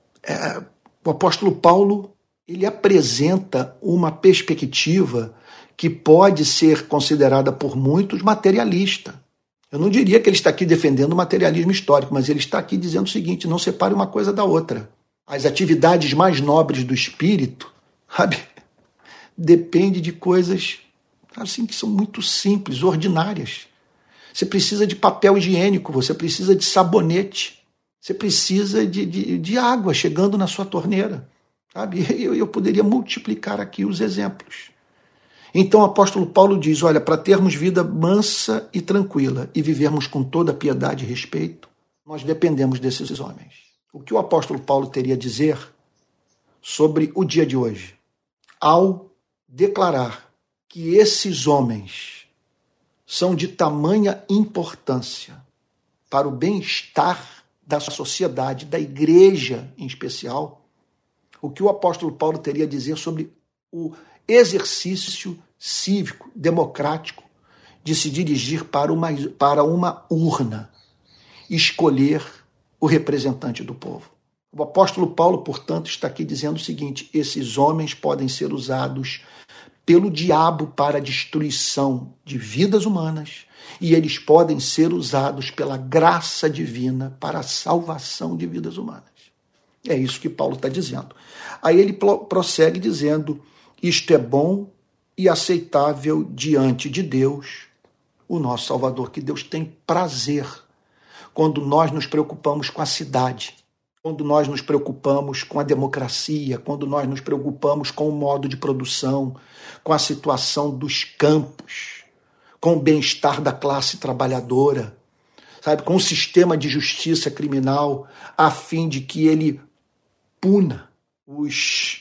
o apóstolo Paulo ele apresenta uma perspectiva que pode ser considerada por muitos materialista. Eu não diria que ele está aqui defendendo o materialismo histórico, mas ele está aqui dizendo o seguinte, não separe uma coisa da outra. As atividades mais nobres do espírito, sabe, depende de coisas assim que são muito simples, ordinárias. Você precisa de papel higiênico, você precisa de sabonete, você precisa de água chegando na sua torneira. Sabe? Eu poderia multiplicar aqui os exemplos. Então o apóstolo Paulo diz, olha, para termos vida mansa e tranquila e vivermos com toda piedade e respeito, nós dependemos desses homens. O que o apóstolo Paulo teria a dizer sobre o dia de hoje? ao declarar que esses homens são de tamanha importância para o bem-estar da sociedade, da igreja em especial, o que o apóstolo Paulo teria a dizer sobre o exercício cívico, democrático, de se dirigir para uma urna, escolher o representante do povo. O apóstolo Paulo, portanto, está aqui dizendo o seguinte: esses homens podem ser usados pelo diabo para a destruição de vidas humanas e eles podem ser usados pela graça divina para a salvação de vidas humanas. É isso que Paulo está dizendo. Aí ele prossegue dizendo: isto é bom e aceitável diante de Deus, o nosso Salvador, que Deus tem prazer quando nós nos preocupamos com a cidade, quando nós nos preocupamos com a democracia, quando nós nos preocupamos com o modo de produção, com a situação dos campos, com o bem-estar da classe trabalhadora, sabe, com o sistema de justiça criminal, a fim de que ele puna os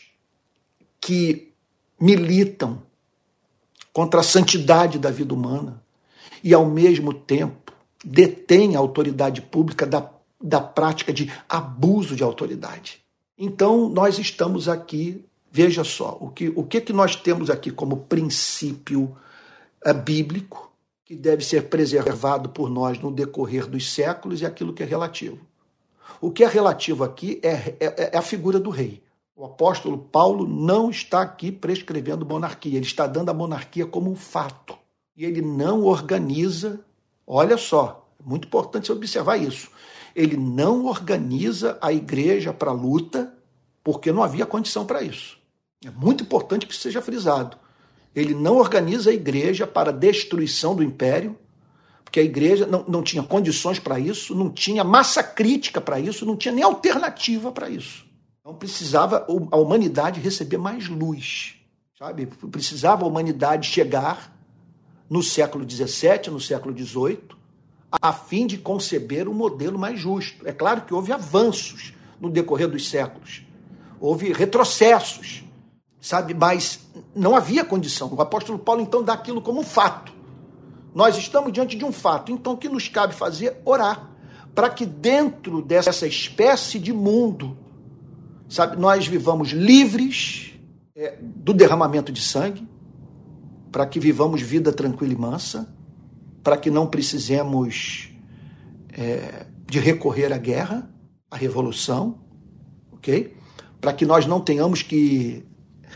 que militam contra a santidade da vida humana e, ao mesmo tempo, detém a autoridade pública da prática de abuso de autoridade. Então, nós estamos aqui, veja só, o que nós temos aqui como princípio bíblico, que deve ser preservado por nós no decorrer dos séculos, e aquilo que é relativo. O que é relativo aqui é a figura do rei. O apóstolo Paulo não está aqui prescrevendo monarquia, ele está dando a monarquia como um fato. E ele não organiza, olha só, é muito importante você observar isso, ele não organiza a igreja para a luta, porque não havia condição para isso. É muito importante que isso seja frisado. Ele não organiza a igreja para a destruição do império, porque a igreja não tinha condições para isso, não tinha massa crítica para isso, não tinha nem alternativa para isso. Então precisava a humanidade receber mais luz, sabe? Precisava a humanidade chegar no século XVII, no século XVIII, a fim de conceber um modelo mais justo. É claro que houve avanços no decorrer dos séculos, houve retrocessos, sabe? Mas não havia condição. O apóstolo Paulo, então, dá aquilo como um fato. Nós estamos diante de um fato, então o que nos cabe fazer? Orar, para que dentro dessa espécie de mundo, sabe, nós vivamos livres do derramamento de sangue, para que vivamos vida tranquila e mansa, para que não precisemos de recorrer à guerra, à revolução, ok? Para que nós não tenhamos que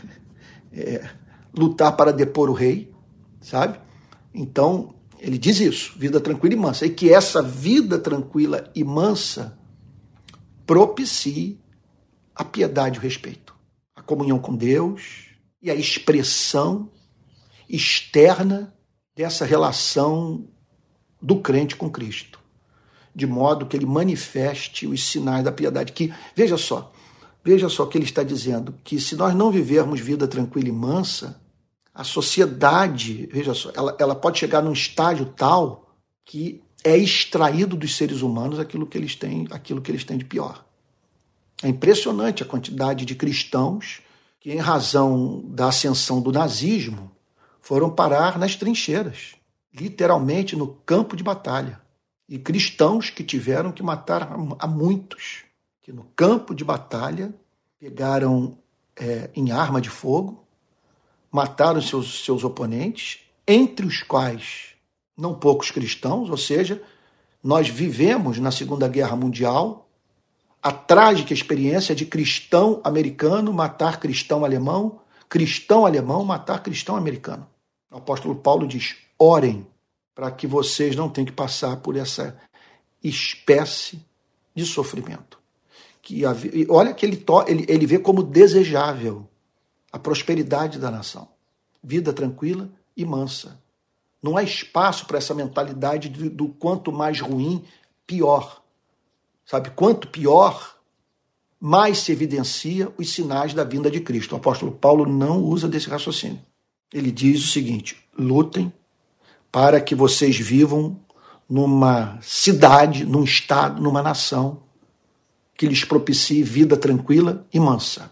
lutar para depor o rei, sabe? Então, ele diz isso, vida tranquila e mansa, e que essa vida tranquila e mansa propicie a piedade e o respeito, a comunhão com Deus e a expressão externa dessa relação do crente com Cristo, de modo que ele manifeste os sinais da piedade. Que, veja só o que ele está dizendo, que se nós não vivermos vida tranquila e mansa, a sociedade, veja só, ela pode chegar num estágio tal que é extraído dos seres humanos aquilo que eles têm de pior. É impressionante a quantidade de cristãos que, em razão da ascensão do nazismo, foram parar nas trincheiras, literalmente no campo de batalha. E cristãos que tiveram que matar a muitos, que no campo de batalha pegaram em arma de fogo, mataram seus oponentes, entre os quais não poucos cristãos, ou seja, nós vivemos na Segunda Guerra Mundial a trágica experiência de cristão americano matar cristão alemão matar cristão americano. O apóstolo Paulo diz: orem para que vocês não tenham que passar por essa espécie de sofrimento. Olha que ele vê como desejável a prosperidade da nação, vida tranquila e mansa. Não há espaço para essa mentalidade do quanto mais ruim, pior. Sabe, quanto pior, mais se evidencia os sinais da vinda de Cristo. O apóstolo Paulo não usa desse raciocínio. Ele diz o seguinte: lutem para que vocês vivam numa cidade, num estado, numa nação que lhes propicie vida tranquila e mansa.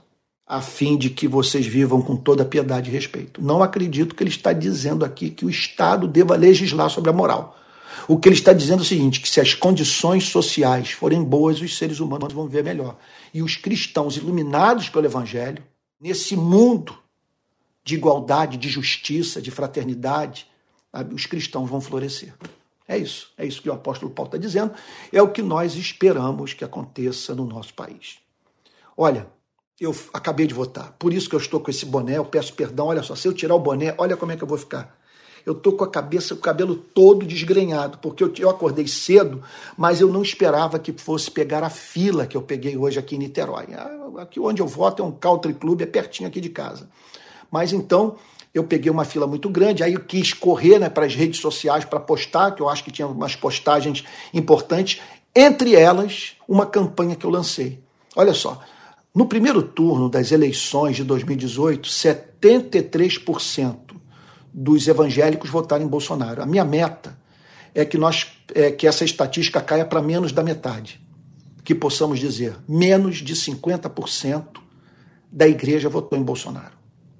a fim de que vocês vivam com toda piedade e respeito. Não acredito que ele está dizendo aqui que o Estado deva legislar sobre a moral. O que ele está dizendo é o seguinte, que se as condições sociais forem boas, os seres humanos vão viver melhor. E os cristãos iluminados pelo Evangelho, nesse mundo de igualdade, de justiça, de fraternidade, sabe, os cristãos vão florescer. É isso que o apóstolo Paulo está dizendo, é o que nós esperamos que aconteça no nosso país. Olha, eu acabei de votar, por isso que eu estou com esse boné, eu peço perdão, olha só, se eu tirar o boné, olha como é que eu vou ficar. Eu estou com a cabeça, o cabelo todo desgrenhado, porque eu acordei cedo, mas eu não esperava que fosse pegar a fila que eu peguei hoje aqui em Niterói. Aqui onde eu voto é um country club, é pertinho aqui de casa. Mas então, eu peguei uma fila muito grande, aí eu quis correr, né, para as redes sociais para postar, que eu acho que tinha umas postagens importantes, entre elas, uma campanha que eu lancei. Olha só, no primeiro turno das eleições de 2018, 73% dos evangélicos votaram em Bolsonaro. A minha meta é que essa estatística caia para menos da metade. Que possamos dizer, menos de 50% da igreja votou em Bolsonaro.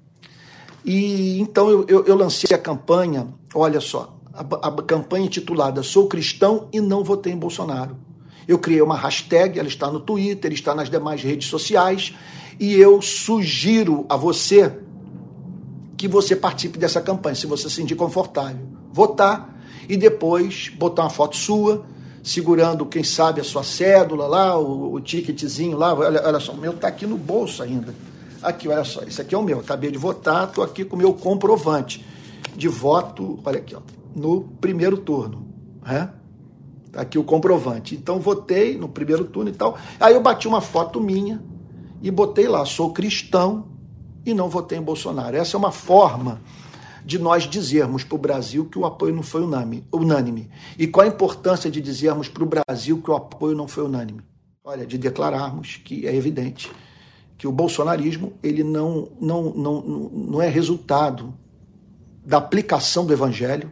E então eu lancei a campanha, olha só, a campanha intitulada Sou Cristão e Não Votei em Bolsonaro. Eu criei uma hashtag, ela está no Twitter, está nas demais redes sociais, e eu sugiro a você que você participe dessa campanha, se você se sentir confortável. Votar e depois botar uma foto sua, segurando, quem sabe, a sua cédula lá, o ticketzinho lá. Olha só, o meu está aqui no bolso ainda. Aqui, olha só, esse aqui é o meu. Acabei de votar, estou aqui com o meu comprovante de voto, olha aqui, ó, no primeiro turno. Né? Tá aqui o comprovante. Então, votei no primeiro turno e tal. Aí eu bati uma foto minha e botei lá, sou cristão e não votei em Bolsonaro. Essa é uma forma de nós dizermos para o Brasil que o apoio não foi unânime. E qual a importância de dizermos para o Brasil que o apoio não foi unânime? Olha, de declararmos que é evidente que o bolsonarismo ele não é resultado da aplicação do evangelho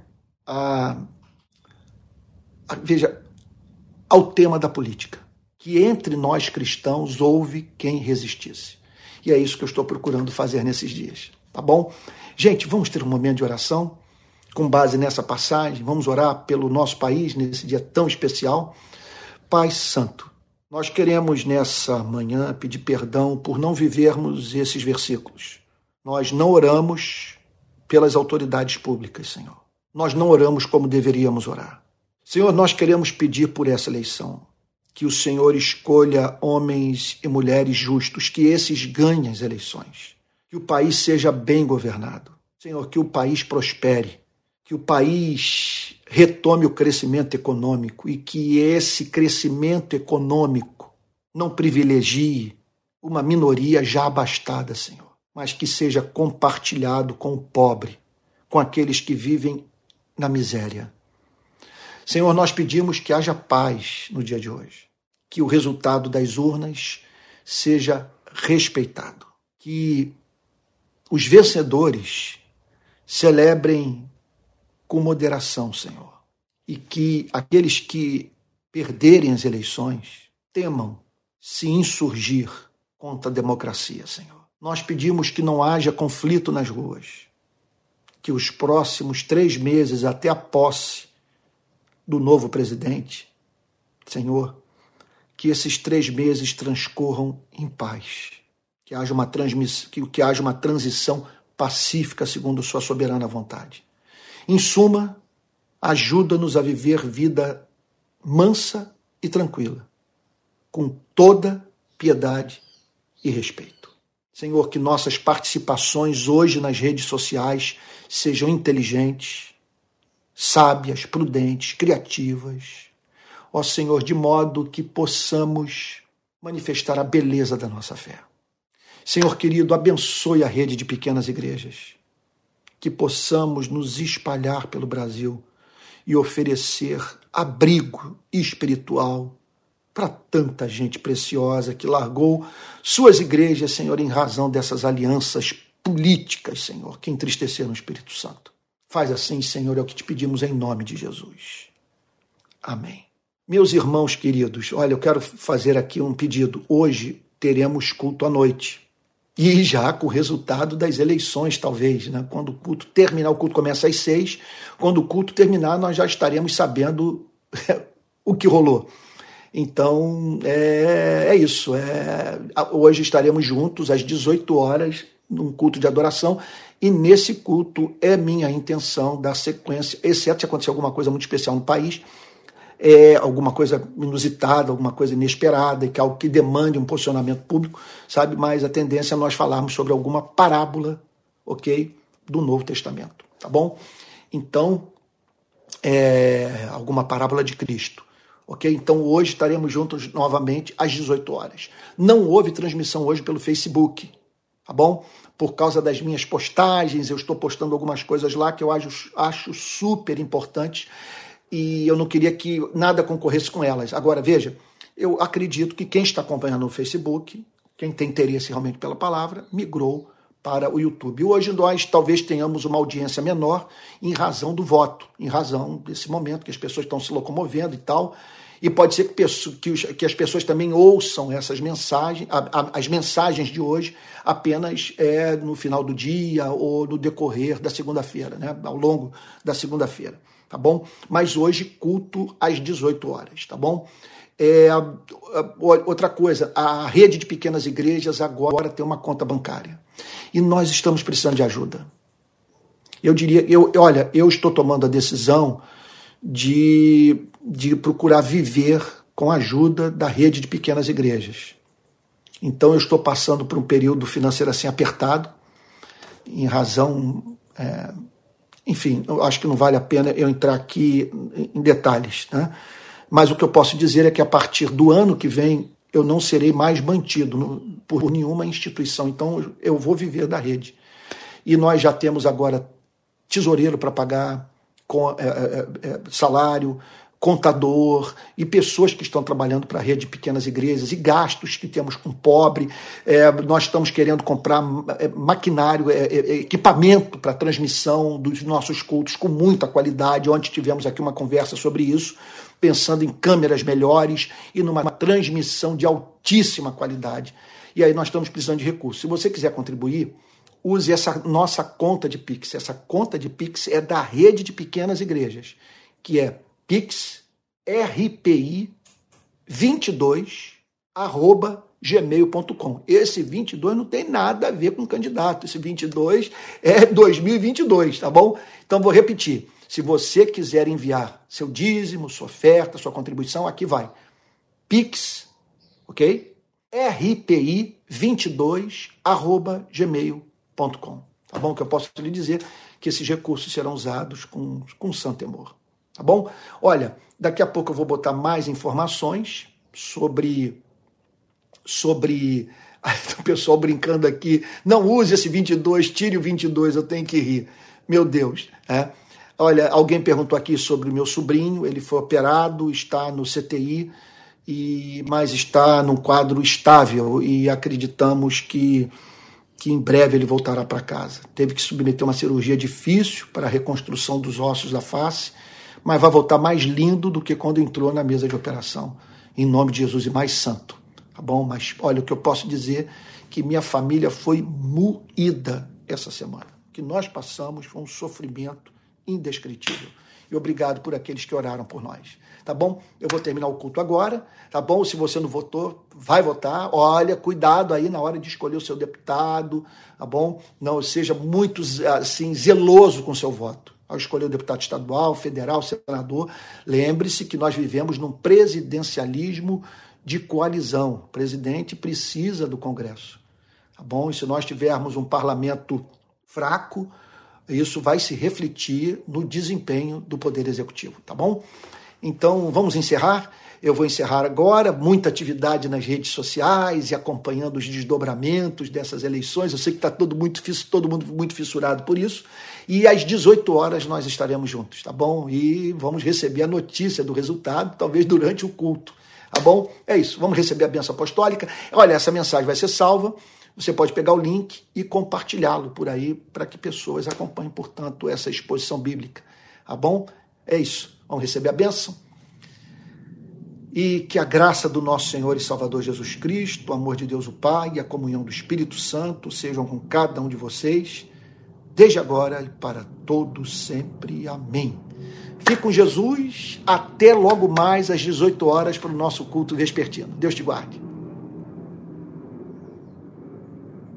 ao tema da política. Que entre nós cristãos houve quem resistisse. E é isso que eu estou procurando fazer nesses dias, tá bom? Gente, vamos ter um momento de oração com base nessa passagem. Vamos orar pelo nosso país nesse dia tão especial. Pai Santo, nós queremos nessa manhã pedir perdão por não vivermos esses versículos. Nós não oramos pelas autoridades públicas, Senhor. Nós não oramos como deveríamos orar. Senhor, nós queremos pedir por essa eleição que o Senhor escolha homens e mulheres justos, que esses ganhem as eleições, que o país seja bem governado. Senhor, que o país prospere, que o país retome o crescimento econômico e que esse crescimento econômico não privilegie uma minoria já abastada, Senhor, mas que seja compartilhado com o pobre, com aqueles que vivem na miséria. Senhor, nós pedimos que haja paz no dia de hoje, que o resultado das urnas seja respeitado, que os vencedores celebrem com moderação, Senhor, e que aqueles que perderem as eleições temam se insurgir contra a democracia, Senhor. Nós pedimos que não haja conflito nas ruas, que os próximos 3 meses até a posse do novo presidente, Senhor, que esses 3 meses transcorram em paz, que haja uma transição pacífica segundo sua soberana vontade. Em suma, ajuda-nos a viver vida mansa e tranquila, com toda piedade e respeito. Senhor, que nossas participações hoje nas redes sociais sejam inteligentes, sábias, prudentes, criativas. Ó Senhor, de modo que possamos manifestar a beleza da nossa fé. Senhor querido, abençoe a rede de pequenas igrejas, que possamos nos espalhar pelo Brasil e oferecer abrigo espiritual para tanta gente preciosa que largou suas igrejas, Senhor, em razão dessas alianças políticas, Senhor, que entristeceram o Espírito Santo. Faz assim, Senhor, é o que te pedimos em nome de Jesus. Amém. Meus irmãos queridos, olha, eu quero fazer aqui um pedido. Hoje teremos culto à noite. E já com o resultado das eleições, talvez, né? Quando o culto terminar, o culto começa às 6, quando o culto terminar, nós já estaremos sabendo o que rolou. Então, é isso. Hoje estaremos juntos às 18 horas, num culto de adoração, e nesse culto é minha intenção dar sequência, exceto se acontecer alguma coisa muito especial no país, alguma coisa inusitada, alguma coisa inesperada, que é algo que demande um posicionamento público, sabe? Mas a tendência é nós falarmos sobre alguma parábola, ok? Do Novo Testamento, tá bom? Então, alguma parábola de Cristo, ok? Então hoje estaremos juntos novamente às 18 horas. Não houve transmissão hoje pelo Facebook, tá bom? Por causa das minhas postagens, eu estou postando algumas coisas lá que eu acho super importantes, e eu não queria que nada concorresse com elas. Agora, veja, eu acredito que quem está acompanhando no Facebook, quem tem interesse realmente pela palavra, migrou para o YouTube. Hoje nós talvez tenhamos uma audiência menor em razão do voto, em razão desse momento que as pessoas estão se locomovendo e tal, e pode ser que as pessoas também ouçam essas mensagens, as mensagens de hoje, apenas no final do dia ou no decorrer da segunda-feira, né? Ao longo da segunda-feira. Tá bom? Mas hoje, culto às 18 horas, tá bom? Outra coisa, a rede de pequenas igrejas agora tem uma conta bancária. E nós estamos precisando de ajuda. Eu estou tomando a decisão de procurar viver com a ajuda da rede de pequenas igrejas. Então eu estou passando por um período financeiro assim apertado, em razão... Enfim, eu acho que não vale a pena eu entrar aqui em detalhes, né? Mas o que eu posso dizer é que a partir do ano que vem eu não serei mais mantido por nenhuma instituição. Então eu vou viver da rede. E nós já temos agora tesoureiro para pagar, salário, contador e pessoas que estão trabalhando para a rede de pequenas igrejas e gastos que temos com pobre. Nós estamos querendo comprar maquinário, equipamento para transmissão dos nossos cultos com muita qualidade. Ontem tivemos aqui uma conversa sobre isso, pensando em câmeras melhores e numa transmissão de altíssima qualidade. E aí nós estamos precisando de recursos. Se você quiser contribuir, use essa nossa conta de Pix. Essa conta de Pix é da rede de pequenas igrejas, que é pix22@gmail.com. Esse 22 não tem nada a ver com candidato. Esse 22 é 2022, tá bom? Então vou repetir. Se você quiser enviar seu dízimo, sua oferta, sua contribuição, aqui vai. Pix, ok? RPI22@gmail.com. Tá bom? Que eu posso lhe dizer que esses recursos serão usados com santo temor. Tá bom? Olha, daqui a pouco eu vou botar mais informações sobre o pessoal brincando aqui. Não use esse 22, tire o 22, eu tenho que rir. Meu Deus. Olha, alguém perguntou aqui sobre o meu sobrinho. Ele foi operado, está no CTI, mas está num quadro estável e acreditamos que em breve ele voltará para casa. Teve que submeter uma cirurgia difícil para a reconstrução dos ossos da face, mas vai voltar mais lindo do que quando entrou na mesa de operação, em nome de Jesus, e mais santo, tá bom? Mas olha, o que eu posso dizer que minha família foi moída essa semana. O que nós passamos foi um sofrimento indescritível. E obrigado por aqueles que oraram por nós, tá bom? Eu vou terminar o culto agora, tá bom? Se você não votou, vai votar. Olha, cuidado aí na hora de escolher o seu deputado, tá bom? Não seja muito assim zeloso com o seu voto. Ao escolher o deputado estadual, federal, senador, lembre-se que nós vivemos num presidencialismo de coalizão. O presidente precisa do Congresso, tá bom? E se nós tivermos um parlamento fraco, isso vai se refletir no desempenho do Poder Executivo, tá bom? Então, vamos encerrar. Eu vou encerrar agora, muita atividade nas redes sociais e acompanhando os desdobramentos dessas eleições. Eu sei que está todo mundo muito fissurado por isso. E às 18 horas nós estaremos juntos, tá bom? E vamos receber a notícia do resultado, talvez durante o culto, tá bom? É isso, vamos receber a bênção apostólica. Olha, essa mensagem vai ser salva. Você pode pegar o link e compartilhá-lo por aí para que pessoas acompanhem, portanto, essa exposição bíblica, tá bom? É isso, vamos receber a bênção. e que a graça do nosso Senhor e Salvador Jesus Cristo, o amor de Deus o Pai e a comunhão do Espírito Santo sejam com cada um de vocês, desde agora e para todos sempre. Amém. Fique com Jesus, até logo mais às 18 horas para o nosso culto vespertino. Deus te guarde.